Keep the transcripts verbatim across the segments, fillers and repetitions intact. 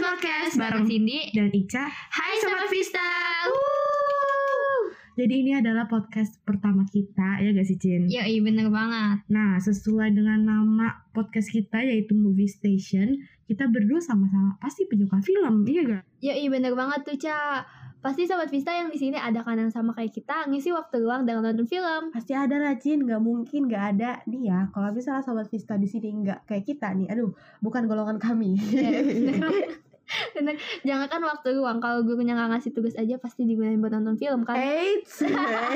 Podcast bareng Cindy dan Ica. Hai Sobat Vista. Jadi ini adalah podcast pertama kita, ya gak sih Cin? Ya iya bener banget. Nah sesuai dengan nama podcast kita yaitu Movie Station, kita berdua sama-sama pasti penyuka film, iya gak? Ya iya bener banget tuh Ca. Pasti Sobat Vista yang di sini ada kan yang sama kayak kita, ngisi waktu luang dengan nonton film. Pasti ada lah Cin, nggak mungkin nggak ada nih ya. Kalau misalnya Sobat Vista di sini nggak kayak kita nih, aduh, bukan golongan kami. Ya, bener. Bener. Jangan kan waktu luang, kalau gurunya nggak ngasih tugas aja pasti digunain buat nonton film kan. Eits,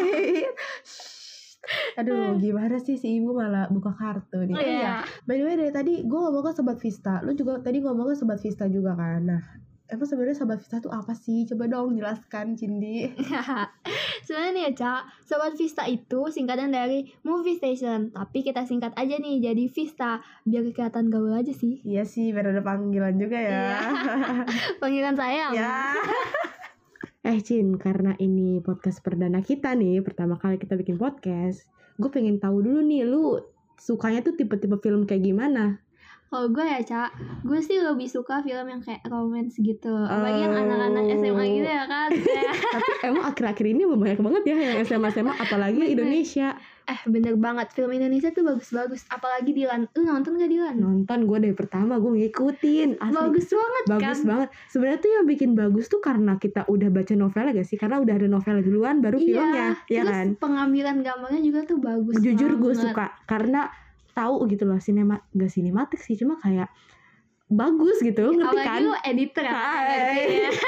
aduh, gimana sih si ibu malah buka kartu nih. Oh, eh, iya. ya, by the way dari tadi gue ngomong ke Sobat Vista, lu juga tadi ngomong ke Sobat Vista juga kan. Nah, emang sebenarnya Sobat Vista tuh apa sih? Coba dong jelaskan, Cindy. Sebenarnya nih ya Ca, Sobat Vista itu singkatan dari Movie Station, tapi kita singkat aja nih jadi Vista, biar kelihatan gaul aja sih. Iya sih, biar ada panggilan juga ya. Iya. Panggilan sayang. Ya. Eh Cin, karena ini podcast perdana kita nih, pertama kali kita bikin podcast, gue pengen tahu dulu nih, lu sukanya tuh tipe-tipe film kayak gimana? Kalau gue ya Ca, gue sih lebih suka film yang kayak romance gitu. Apalagi yang anak-anak S M A gitu ya kan. Tapi emang akhir-akhir ini banyak banget ya yang S M A S M A, apalagi Bener. Indonesia. Eh bener banget, film Indonesia tuh bagus-bagus. Apalagi Dilan, lu nonton gak Dilan? Nonton, gue dari pertama gue ngikutin. Asli. Bagus banget Bagus kan? banget. Sebenarnya tuh yang bikin bagus tuh karena kita udah baca novelnya gak sih? Karena udah ada novel duluan baru filmnya, ya terus kan? pengambilan gambarnya juga tuh bagus. Jujur gue banget. suka karena tahu gitu loh, sinema gak sinematik sih, cuma kayak bagus gitu, ngerti Apalagi kan? lu editor ya, Hai. ngerti ya.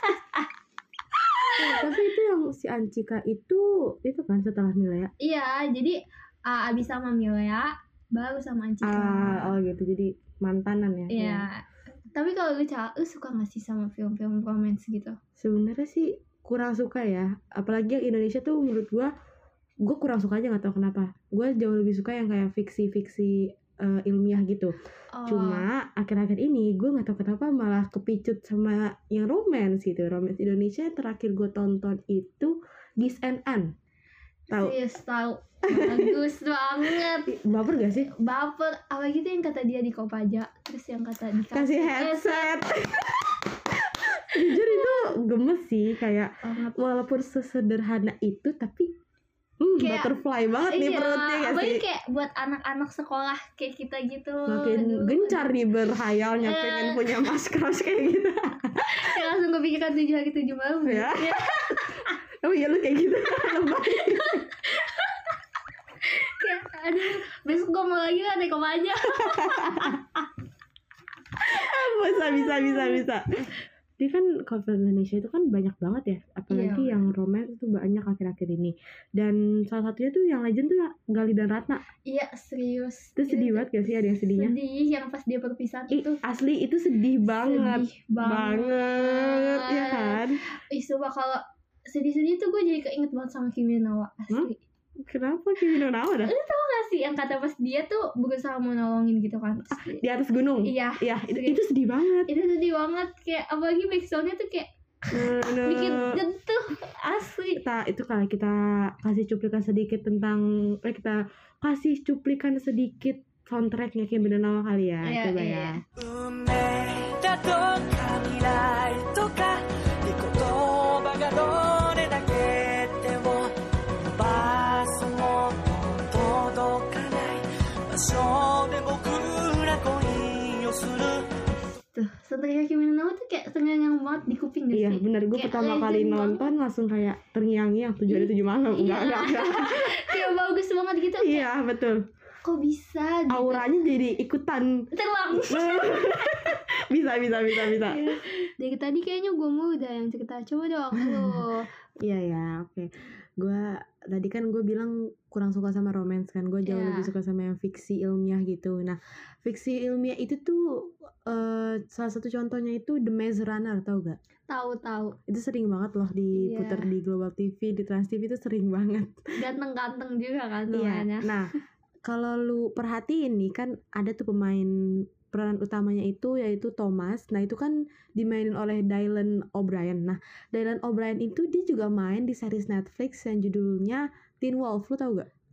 Tapi itu yang si Ancika itu itu kan setelah Milea. Iya, jadi uh, abis sama Milea, baru sama Ancika. Ah, oh gitu, jadi mantanan ya. Iya. Ya. Tapi kalau lu Ca, lu suka gak sih sama film-film romance gitu? Sebenarnya sih kurang suka ya, apalagi yang Indonesia tuh menurut gua gue kurang suka aja, nggak tahu kenapa. Gue jauh lebih suka yang kayak fiksi-fiksi uh, ilmiah gitu. Oh. Cuma akhir-akhir ini gue nggak tahu kenapa malah kepicut sama yang romance gitu. Romance Indonesia yang terakhir gue tonton itu Gis and Ann. Tahu? Serius tahu. Bagus banget. Baper gak sih? Baper. Apalagi tuh yang kata dia di Kopaja, terus yang kata dikasih Kasih headset. Jujur itu gemes sih, kayak banget. walaupun sesederhana itu tapi hmm, Kayak- butterfly banget nih Iya, perutnya gak apalagi sih? kayak buat anak-anak sekolah kayak kita gitu. Makin Aduh, gencar nih berhayalnya Eh. pengen punya mas crush kayak gitu. Saya langsung kepikiran tujuh hari tujuh malam. Ya. Oh iya lu kayak gitu. Lebay. Kayak, aduh, besok gue mau lagi lah naik Kopaja. bisa bisa bisa bisa. Dia kan kalau film Indonesia itu kan banyak banget ya, apalagi Iya. yang romance itu banyak akhir-akhir ini. Dan salah satunya tuh yang legend tuh ya Gali dan Ratna. Iya serius. Itu sedih banget gak sih, ada yang sedihnya? Sedih yang pas dia perpisahan Ih, itu. asli itu sedih banget. Sedih banget. ya kan? Ih sumpah kalau sedih-sedih tuh gue jadi keinget banget sama Kimi Nawa asli. Kenapa Kimi no Nawa dah? Lu tau gak sih yang kata pas dia tuh berusaha mau nolongin gitu kan? Asli. Di atas gunung. Iya. Iya, itu, itu sedih banget. Itu sedih banget, kayak apalagi backsoundnya tuh kayak Nah, nah. bikin jentuh asli. kita itu kalau kita kasih cuplikan sedikit tentang eh kita kasih cuplikan sedikit soundtracknya Kimi no Nawa kali ya. Iya, Coba iya. ya. 運命だとか未来とか言葉がどれだけでも伸ばすも届かない場所で僕ら恋をする Tuh, soundtracknya Kimi no Nawa tuh kayak terngiang banget di kuping gak Iya sih? benar, gue Kayak pertama legend kali banget. nonton langsung kayak terngiang-ngiang tujuh hari tujuh malam. Iya. Enggak, enggak, enggak. Kayak bagus banget gitu. Kayak, Iya betul. kok bisa gitu. Auranya jadi ikutan. Terbang. bisa bisa bisa bisa. Dari tadi kayaknya gue mau udah yang cerita. Coba dong lu. Iya ya, oke. Gue tadi kan gue bilang kurang suka sama romance kan, gue jauh Iya. lebih suka sama yang fiksi ilmiah gitu. Nah, fiksi ilmiah itu tuh eh, salah satu contohnya itu The Maze Runner, tau gak? Tahu-tahu Itu sering banget loh diputar Iya. di Global T V, di Trans T V itu sering banget. ganteng-ganteng juga kan Iya. lumayan ya. Nah, kalau lu perhatiin nih kan ada tuh pemain peran utamanya itu yaitu Thomas. Nah, itu kan dimainin oleh Dylan O'Brien. Nah, Dylan O'Brien itu dia juga main di series Netflix yang judulnya Teen Wolf. Lu tau gak?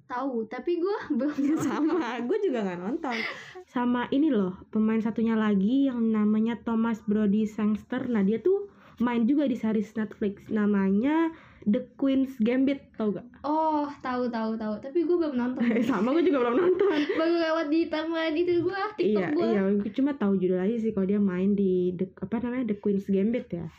Tahu, tapi gue belum Sama, gue juga nggak nonton. Sama ini loh, pemain satunya lagi yang namanya Thomas Brody Sangster. Nah dia tuh main juga di series Netflix namanya The Queen's Gambit, tau gak? Oh, tahu tahu tahu, tapi gue belum nonton. Sama, gue juga belum nonton. Baru lewat di taman itu gue, TikTok Iya, gue. iya, gue cuma tahu judul aja sih kalau dia main di The, apa namanya The Queen's Gambit ya.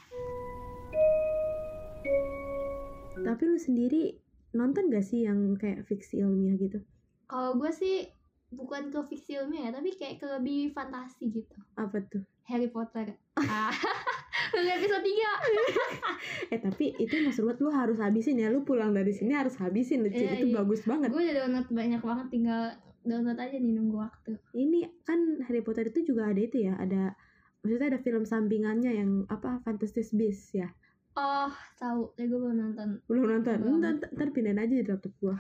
Tapi lu sendiri nonton gak sih yang kayak fiksi ilmiah gitu? Kalau gue sih bukan ke fiksi ilmiah ya, tapi kayak ke lebih fantasi gitu. Apa tuh? Harry Potter. Ah, episode tiga. Eh tapi itu maksud gue lu harus habisin ya. Lu pulang dari sini harus habisin. Lu, Iya, itu iya. bagus banget. Gue udah download banyak banget, tinggal download aja nih, nunggu waktu. Ini kan Harry Potter itu juga ada itu ya. Ada, maksudnya ada film sampingannya yang apa, Fantastic Beasts ya. Oh, tahu. Ya gue belum nonton. Belum nonton? Belum. Ntar, ntar pindahin aja di laptop gua.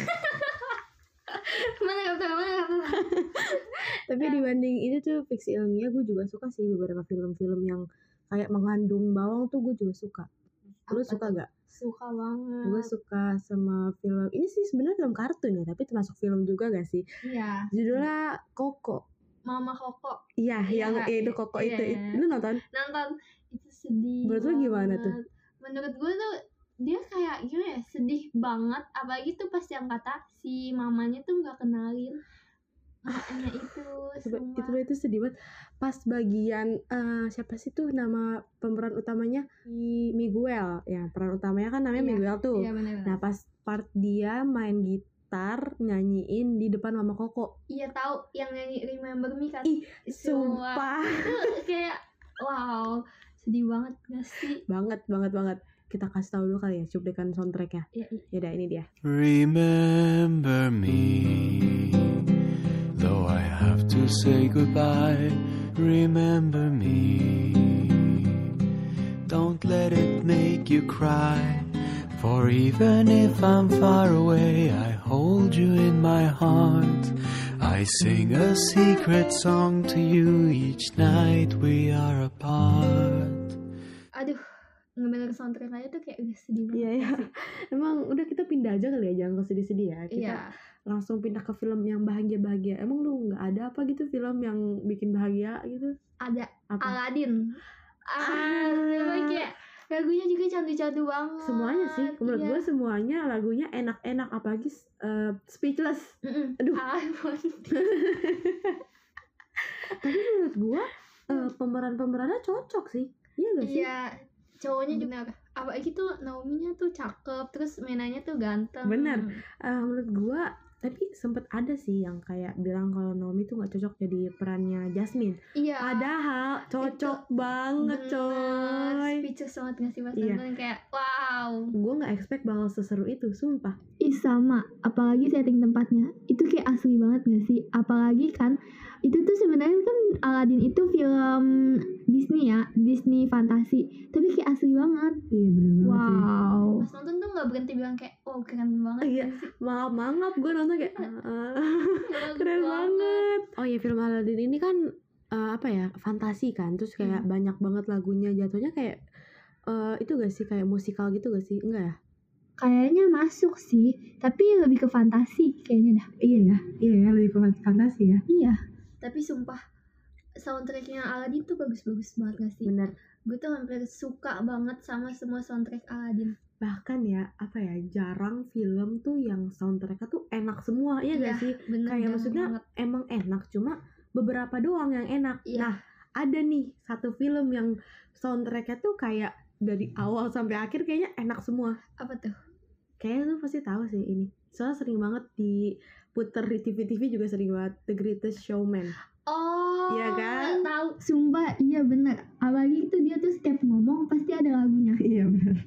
Mana kata mana kata. Tapi dibanding itu tuh fiksi ilmiah, gue juga suka sih beberapa film-film yang kayak mengandung bawang tuh gue juga suka. Lu Apa suka tuh? gak? Suka banget. Gue suka sama film ini sih sebenarnya film kartun ya, tapi termasuk film juga gak sih? Iya. Judulnya Coco. Mama Koko. Iya, Iya, yang eh, itu Coco iya, itu, iya. itu. Lu nonton? Nonton. Itu sedih. Menurut lu gimana banget. tuh? Menurut gue tuh dia kayak gimana ya, sedih banget. Apalagi tuh pas yang kata si mamanya tuh nggak kenalin maknya itu. Coba, Sumpah. itu itu sedih banget. Pas bagian eh, siapa sih tuh nama pemeran utamanya? Si Miguel. Ya, peran utamanya kan namanya Iya, Miguel tuh. Iya benar. Nah, pas part dia main gitar nyanyiin di depan Mama Koko. Iya tahu yang nyanyi Remember Me kan. Ih, Sumpah. sumpah. Itu kayak wow, sedih banget gak sih? Banget, banget, banget. Kita kasih tahu dulu kali ya cuplikan soundtracknya. Iya, iya. Yaudah, ini dia. Remember me, though I have to say goodbye. Remember me, don't let it make you cry. For even if I'm far away, I hold you in my heart. I sing a secret song to you each night we are apart. Aduh, ngedenger soundtrack aja tuh kayak udah sedih banget. Iya, iya. Emang udah kita pindah aja kali ya, jangan ke sedih-sedih ya. Kita Iya. langsung pindah ke film yang bahagia-bahagia. Emang lu nggak ada apa gitu film yang bikin bahagia gitu? Ada Apa? Aladdin. Ah, memang kayak lagunya juga candu-candu banget. Semuanya sih, menurut Iya. gue semuanya lagunya enak-enak, apalagi uh, Speechless. Mm-mm. Aduh. Ampun. Tapi menurut gue uh, pemeran-pemerannya cocok sih. Iya gak sih? Iya, cowoknya juga apa gitu, Naomi-nya tuh cakep, terus Menanya tuh ganteng. Bener. Uh, menurut gue, tapi sempet ada sih yang kayak bilang kalau Naomi tuh nggak cocok jadi perannya Jasmine. Iya. Padahal cocok banget, coy. Speechless banget gak sih pas Iya. nonton, kayak wow. Gue nggak expect bakal seseru itu, sumpah. Ih sama, apalagi setting tempatnya itu kayak asli banget gak sih? Apalagi kan itu tuh sebenarnya kan Aladdin itu film Disney ya, Disney fantasi, tapi kayak asli banget. Iya bener banget sih. Wow. Pas nonton tuh nggak berhenti bilang kayak, oh keren banget. Iya, mangap-mangap gue nonton kayak "Ah, keren banget. Oh iya, film Aladdin ini kan uh, apa ya, fantasi kan, terus kayak Hmm. banyak banget lagunya, jatuhnya kayak uh, itu gak sih, kayak musikal gitu gak sih? Enggak ya? Kayaknya masuk sih, tapi lebih ke fantasi kayaknya dah. Iya ya, iya ya, lebih ke fantasi ya. Iya. Tapi sumpah soundtracknya Aladdin tuh bagus-bagus banget gak sih? Bener. Gue tuh hampir suka banget sama semua soundtrack Aladdin. Bahkan ya, apa ya, jarang film tuh yang soundtracknya tuh enak semua, iya gak sih? Bener, Kayak jarang maksudnya banget. emang enak, cuma beberapa doang yang enak. Iya. Nah, ada nih satu film yang soundtracknya tuh kayak dari awal sampai akhir kayaknya enak semua. Apa tuh? Kayaknya lu pasti tahu sih ini. Soalnya sering banget diputer di T V-T V juga sering banget, The Greatest Showman. Oh, Iya kan? tahu. Sumpah, iya bener. Apalagi itu dia tuh setiap ngomong pasti ada lagunya. Iya benar.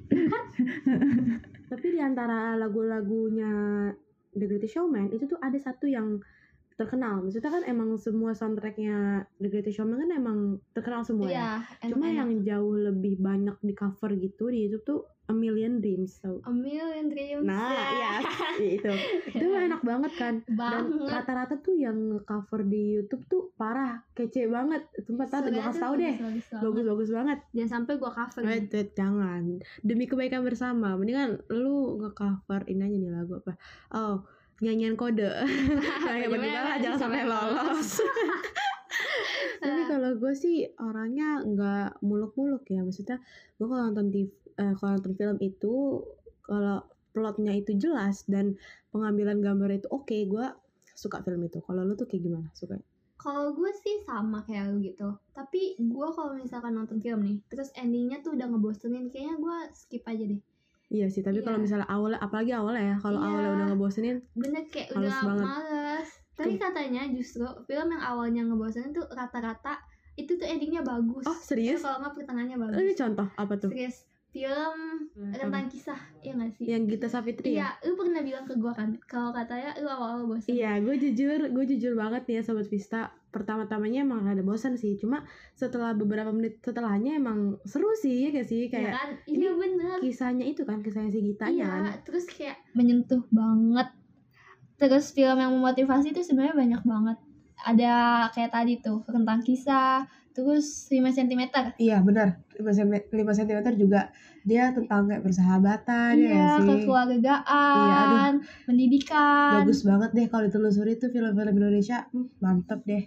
Tapi di antara lagu-lagunya The Greatest Showman itu tuh ada satu yang terkenal. Maksudnya kan emang semua soundtracknya The Greatest Showman kan emang terkenal semua ya. Iya, Cuma enak-enak. yang jauh lebih banyak di cover gitu di YouTube tuh A Million Dreams. Tau? A Million Dreams. Nah, ya, itu. Itu enak banget kan. Dan Banget. rata-rata tuh yang cover di YouTube tuh parah, kece banget. Sumpah, tadi gue Suaranya kasih tuh tau deh. bagus-bagus banget. Bagus-bagus banget. Jangan sampai gua cover. Wait, wait, jangan. Demi kebaikan bersama, mendingan lu nge-cover ini aja nih lagu apa. Oh, nyanyian kode. Kayak bagaimana jangan sampai lolos. Tapi kalau gue sih orangnya nggak muluk-muluk ya, maksudnya gue kalau nonton T V, eh, kalau nonton film itu kalau plotnya itu jelas dan pengambilan gambar itu oke, okay, gue suka film itu. Kalau lu tuh kayak gimana suka? Kalau gue sih sama kayak lu gitu. Tapi gue kalau misalkan nonton film nih, terus endingnya tuh udah ngebosenin, kayaknya gue skip aja deh. Iya sih, tapi Iya. kalau misalnya awalnya, apalagi awalnya ya, kalau Iya. awalnya udah ngebosenin, Bener kayak males udah banget. males. Tapi katanya justru film yang awalnya ngebosenin tuh rata-rata itu tuh endingnya bagus. Oh serius? Kalau nggak pertengahannya bagus. Ini contoh apa tuh? Serius. Film tentang kisah, iya nggak sih? Yang Gita Savitri ya? Iya, lu pernah bilang ke gue kan, kalau katanya lu awal-awal bosan. Iya, gue jujur, gue jujur banget nih ya Sobat Vista. Pertama-tamanya emang ada bosan sih, cuma setelah beberapa menit setelahnya emang seru sih, ya gak sih? Iya Kayak kan? Iya bener. kisahnya itu kan, kisahnya si Gitanya Iya, kan. terus kayak menyentuh banget. Terus film yang memotivasi itu sebenarnya banyak banget. Ada kayak tadi tuh tentang kisah, terus lima sentimeter. Iya benar, lima sentimeter juga dia tentang kayak persahabatan ya Iya, gak sih? kekeluargaan, Iya, aduh. pendidikan. Bagus banget deh kalau ditelusuri tuh film-film Indonesia, hmm, mantep deh.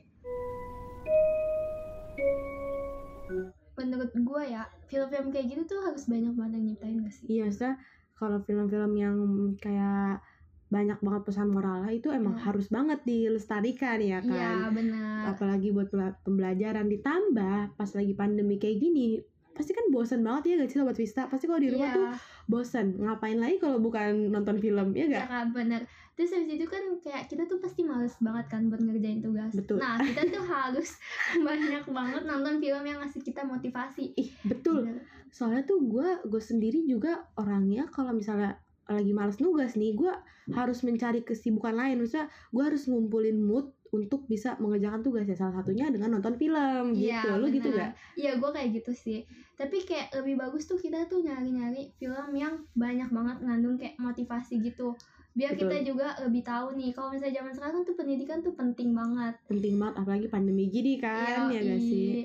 Menurut gue ya, film-film kayak gitu tuh harus banyak banget yang nyiptain gak sih? Iya, maksudnya kalau film-film yang kayak banyak banget pesan moralnya itu emang Iya. harus banget dilestarikan ya kan. Iya benar. Apalagi buat pela- pembelajaran, ditambah pas lagi pandemi kayak gini pasti kan bosan banget ya gak sih Sobat Vista? Pasti kalau di rumah Iya. tuh bosan, ngapain lagi kalau bukan nonton film, ya Iya gak? kan, bener. Terus habis itu kan kayak kita tuh pasti males banget kan buat ngerjain tugas. Betul. Nah kita tuh harus banyak banget nonton film yang ngasih kita motivasi. Ih betul, Bener. soalnya tuh gue gue sendiri juga orangnya kalau misalnya lagi malas nugas nih, gue harus mencari kesibukan lain. Maksudnya gue harus ngumpulin mood untuk bisa mengerjakan tugas ya, salah satunya dengan nonton film gitu. Iya, Lu gitu bener. gak? Iya gue kayak gitu sih. Tapi kayak lebih bagus tuh kita tuh nyari-nyari film yang banyak banget ngandung kayak motivasi gitu. Biar Betul. kita juga lebih tahu nih kalau misalnya zaman sekarang tuh pendidikan tuh penting banget. Penting banget apalagi pandemi gini kan, ya gak sih?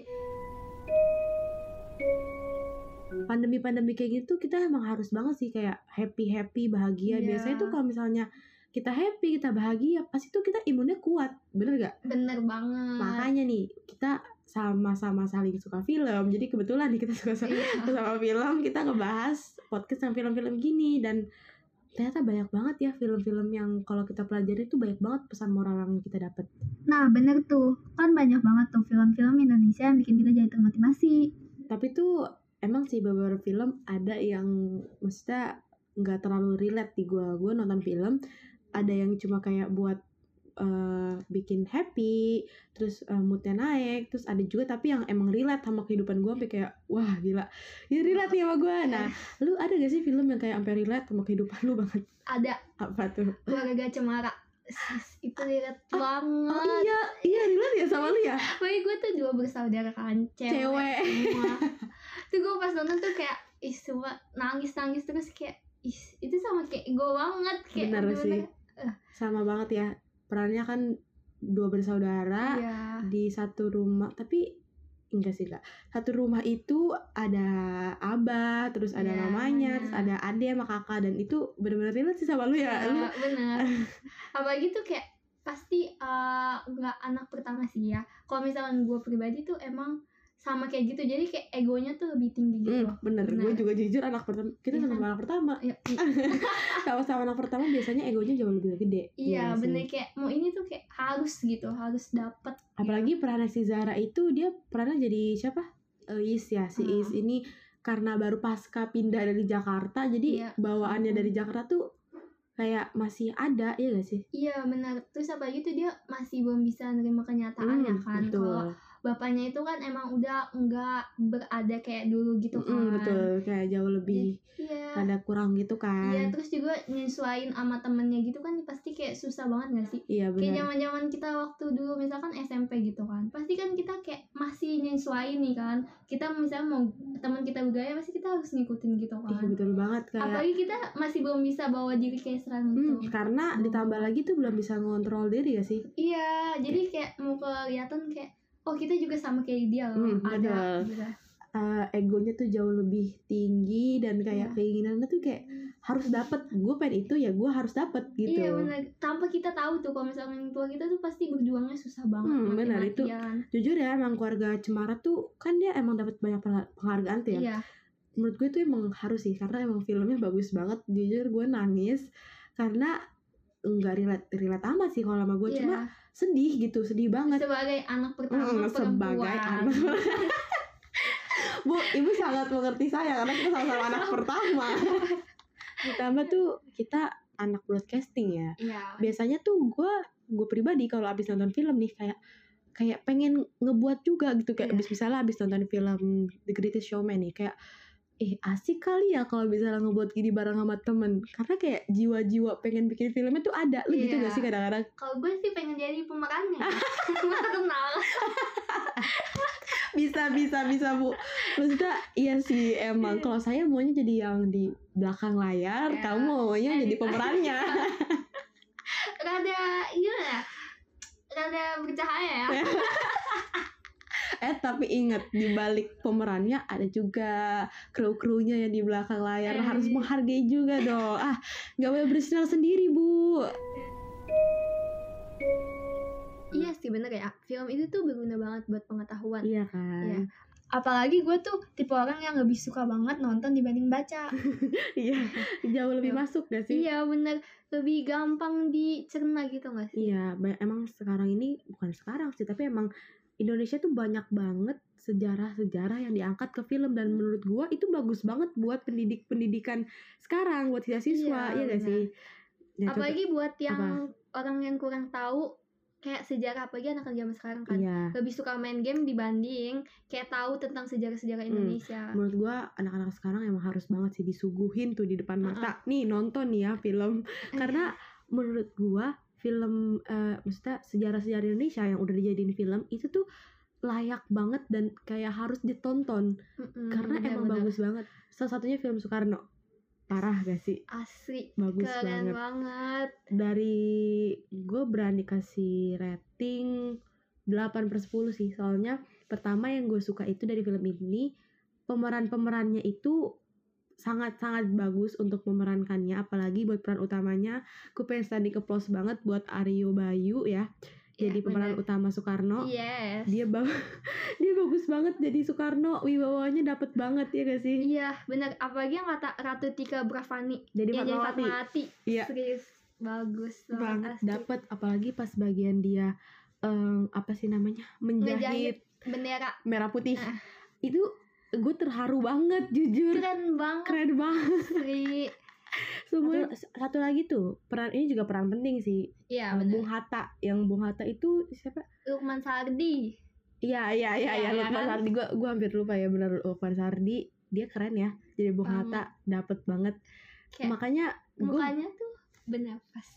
Pandemi-pandemi kayak gitu kita emang harus banget sih kayak happy-happy, bahagia. Iya. Biasanya tuh kalau misalnya kita happy, kita bahagia, pasti tuh kita imunnya kuat, bener gak? Bener banget. Makanya nih kita sama-sama saling suka film, jadi kebetulan nih kita suka sama, Iya. sama film, kita ngebahas podcast tentang film-film gini. Dan ternyata banyak banget ya film-film yang kalau kita pelajari tuh banyak banget pesan moral yang kita dapat. Nah bener tuh, kan banyak banget tuh film-film Indonesia yang bikin kita jadi termotivasi. Tapi tuh emang sih beberapa film ada yang maksudnya nggak terlalu relate di gue. Gue nonton film ada yang cuma kayak buat uh, bikin happy, terus uh, moodnya naik, terus ada juga tapi yang emang relate sama kehidupan gue sampai kayak wah gila, ini relate nih sama gue. Nah, lu ada gak sih film yang kayak sampai relate sama kehidupan lu banget? Ada. Apa tuh? Keluarga Cemara. Sis, itu relate Oh, banget. Oh iya, iya relate ya sama lu ya? Pokoknya gue tuh dua bersaudara kan, cewek, Cewek. semua. Tuh gue pas nonton tuh kayak ih semua nangis-nangis terus kayak ih itu sama kayak gue banget kayak Bener sih, bener-bener, sama banget ya. Perannya kan dua bersaudara iya. di satu rumah, tapi enggak sih enggak. Satu rumah itu ada abah, terus ada Iya, mamanya, bener. terus ada ade sama kakak, dan itu bener-bener relate sih sama lu ya. Lu Iya, bener. Apalagi tuh kayak pasti eh, nggak anak pertama sih ya. Kalau misalkan gue pribadi tuh emang sama kayak gitu, jadi kayak egonya tuh lebih tinggi gitu. Hmm, bener, Bener. gue juga jujur anak pertama, kita Iya sama-sama kan? anak pertama. Iya, i- Sama-sama anak pertama biasanya egonya jauh lebih gede. iya sih? bener kayak mau ini tuh kayak harus gitu, harus dapet. Apalagi perannya si Zara itu, dia perannya jadi siapa? Eh, Is ya, si Hmm. Is ini karena baru pasca pindah dari Jakarta, jadi Iya. bawaannya dari Jakarta tuh kayak masih ada, ya gak sih? Iya benar. Terus apalagi tuh dia masih belum bisa nerima kenyataan ya Hmm, kan. Kalau betul. bapaknya itu kan emang udah nggak berada kayak dulu gitu kan. Mm, betul, kayak jauh lebih Iya. ada kurang gitu kan. Iya, terus juga nyesuaiin sama temennya gitu kan pasti kayak susah banget gak sih? Iya Kayak benar. zaman-zaman kita waktu dulu misalkan S M P gitu kan. Pasti kan kita kayak masih nyesuaiin nih kan. Kita misalnya mau teman kita bergaya pasti kita harus ngikutin gitu Ih, kan. betul banget kayak Apalagi kita masih belum bisa bawa diri kayak sekarang gitu. hmm, karena ditambah lagi tuh belum bisa ngontrol diri gak sih? Iya, jadi kayak mau kelihatan kayak oh kita juga sama kayak dia loh. Hmm, ada betul. gitu. Uh, egonya tuh jauh lebih tinggi dan kayak Iya. keinginannya tuh kayak harus dapet, gue pengen itu ya gue harus dapet gitu. Iya benar, tanpa kita tahu tuh kalau misalnya orang tua kita tuh pasti berjuangnya susah banget. Hmm, benar itu. mati-matian. Jujur ya, emang keluarga Cemara tuh kan dia emang dapat banyak pengha- penghargaan tuh ya. Iya. Menurut gue itu emang harus sih, karena emang filmnya bagus banget. Jujur gue nangis karena nggak relate relate amat sih kalau sama gue, Iya. cuma sedih gitu, sedih banget. Sebagai anak pertama Hmm, perempuan. sebagai anak. Bu, ibu sangat mengerti saya karena kita sama-sama anak pertama. Ditambah tuh kita anak broadcasting ya. Iya. Biasanya tuh gue gue pribadi kalau abis nonton film nih kayak kayak pengen ngebuat juga gitu, kayak Iya. abis misalnya abis nonton film The Greatest Showman nih kayak eh asik kali ya kalau bisa ngebuat gini bareng sama temen, karena kayak jiwa-jiwa pengen bikin filmnya tuh ada. Lu gitu Iya. gak sih kadang-kadang? Kalau gue sih pengen jadi pemerannya. Gue kenal. Bisa bisa bisa Bu, maksudnya iya sih emang kalau saya maunya jadi yang di belakang layar, Ya. kamu maunya jadi pemerannya. Rada iya ya. Rada bercahaya ya. Eh tapi ingat, di balik pemerannya ada juga kru-krunya yang di belakang layar, Eh. harus menghargai juga dong. Ah, nggak boleh bersinar sendiri Bu. Iya sih bener ya. Film itu tuh berguna banget buat pengetahuan. Iya kan. Iya. Apalagi gue tuh tipe orang yang lebih suka banget nonton dibanding baca. Iya, jauh lebih Iya. masuk gak sih? Iya bener, lebih gampang dicerna gitu gak sih? Iya, ba- emang sekarang ini bukan sekarang sih, tapi emang Indonesia tuh banyak banget sejarah-sejarah yang diangkat ke film, dan menurut gua itu bagus banget buat pendidik-pendidikan sekarang, buat siswa, Iya, iya gak benar. sih? Ya, Apalagi buat yang orang yang kurang tahu kayak sejarah, apalagi anak zaman sekarang kan iya. lebih suka main game dibanding kayak tahu tentang sejarah-sejarah Hmm. Indonesia. Menurut gua anak-anak sekarang emang harus banget sih disuguhin tuh di depan mata. Nih nonton nih ya film, karena menurut gua film eh, maksudnya sejarah-sejarah Indonesia yang udah dijadiin film itu tuh layak banget dan kayak harus ditonton. Mm-mm, Karena emang benar-benar. bagus banget. Salah satunya film Soekarno. Parah gak sih? Asli Bagus keren banget. banget. Dari gue berani kasih rating delapan per sepuluh sih. Soalnya pertama yang gue suka itu dari film ini, pemeran-pemerannya itu sangat-sangat bagus untuk memerankannya. Apalagi buat peran utamanya, gue pengen standing applause banget buat Aryo Bayu ya. Jadi Iya, pemeran bener. utama Soekarno. Yes. Dia ba- dia bagus banget jadi Soekarno, wibawanya dapet banget ya gak sih? Iya bener, apalagi yang kata Ratu Tika Bravani Jadi yang jadi Fatmawati. Fatmawati. Iya. Serius bagus banget, Banget asli. dapet, apalagi pas bagian dia em, apa sih namanya, menjahit Ngejahit bendera merah putih. Ah. Itu gue terharu banget jujur, keren banget keren banget. sih. Semua satu, satu lagi tuh peran ini juga peran penting sih. Iya Eh, bener. Bung Hatta, yang Bung Hatta itu siapa? Lukman Sardi. Iya iya iya Iya, ya, iya Lukman kan? Sardi. Gue gue hampir lupa ya, benar Lukman Sardi. Dia keren ya. Jadi Bung Banget. Hatta dapet banget. Kayak Makanya gue mukanya tuh bener pas.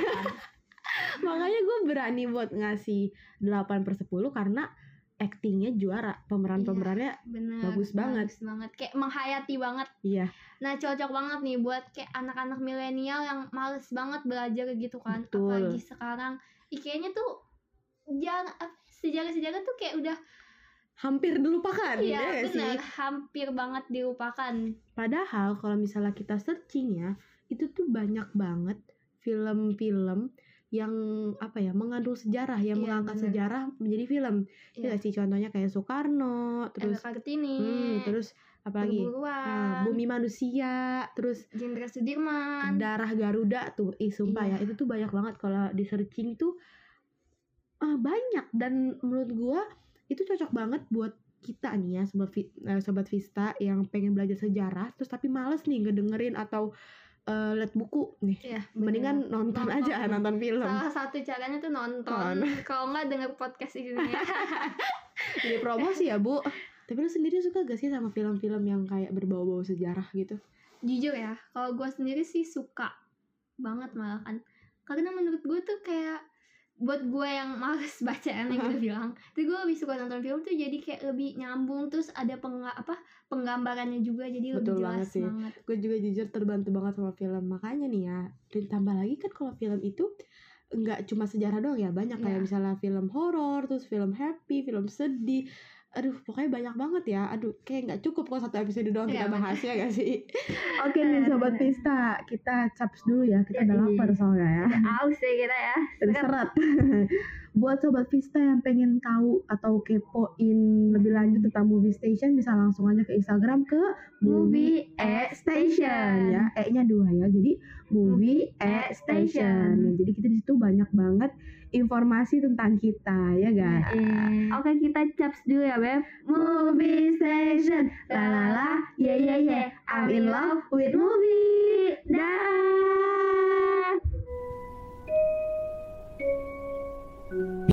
makanya gue berani buat ngasih delapan per sepuluh karena actingnya juara, pemeran-pemerannya Bener. bagus banget. Bagus banget. Kayak menghayati banget. iya. Nah cocok banget nih buat kayak anak-anak milenial yang males banget belajar gitu kan. Betul. Apalagi sekarang. Ih, kayaknya tuh jangan sejarah-sejarah tuh kayak udah Hampir dilupakan, iya ya nggak sih? benar hampir banget dilupakan. Padahal kalau misalnya kita searching ya, itu tuh banyak banget film-film yang apa ya, mengandung sejarah, yang Iya, mengangkat bener. sejarah menjadi film. Iya. Ya nggak sih, contohnya kayak Soekarno, terus Terus Kartini, hmm, terus apalagi Perburuan, Bumi Manusia, terus Jenderal Sudirman. Darah Garuda tuh, ih sumpah Iya. ya, itu tuh banyak banget kalau di searching tuh ah, banyak, dan menurut gua itu cocok banget buat kita nih ya, sobat Vi- eh, sobat Vista yang pengen belajar sejarah terus tapi males nih ngedengerin atau eh, liat buku nih. Iya, Mendingan bener. nonton, Nonton. aja, nonton film. Salah satu caranya tuh nonton. Nonton. Kalau nggak denger podcast ini ya. Jadi promosi ya Bu. Tapi lu sendiri suka gak sih sama film-film yang kayak berbau-bau sejarah gitu? Jujur ya, kalau gue sendiri sih suka banget malah kan. Karena menurut gue tuh kayak buat gue yang males bacaan yang gue bilang, tapi gue lebih suka nonton film tuh jadi kayak lebih nyambung, terus ada pengga apa penggambarannya juga jadi Betul lebih banget jelas sih. banget. Gue juga jujur terbantu banget sama film. Makanya nih ya, dan tambah lagi kan kalau film itu nggak cuma sejarah doang ya, banyak kayak Iya. misalnya film horor, terus film happy, film sedih, aduh pokoknya banyak banget ya. Aduh kayak nggak cukup kalau satu episode doang kita Iya, bahas ya gak sih? Oke nih Sobat Vista, kita caps dulu ya, kita udah Yoi. lapar soalnya ya. Aus ya kita ya. Udah seret. Buat Sobat Vista yang pengen tahu atau kepoin lebih lanjut tentang Movie Station, bisa langsung aja ke Instagram ke Movie E Station ya, E-nya dua ya, jadi Movie E Station. Nah, jadi kita di situ banyak banget informasi tentang kita ya guys. Oke kita caps dulu ya Beb. Movie Station, la la la, yeah yeah yeah, I'm in love with movie. Dah.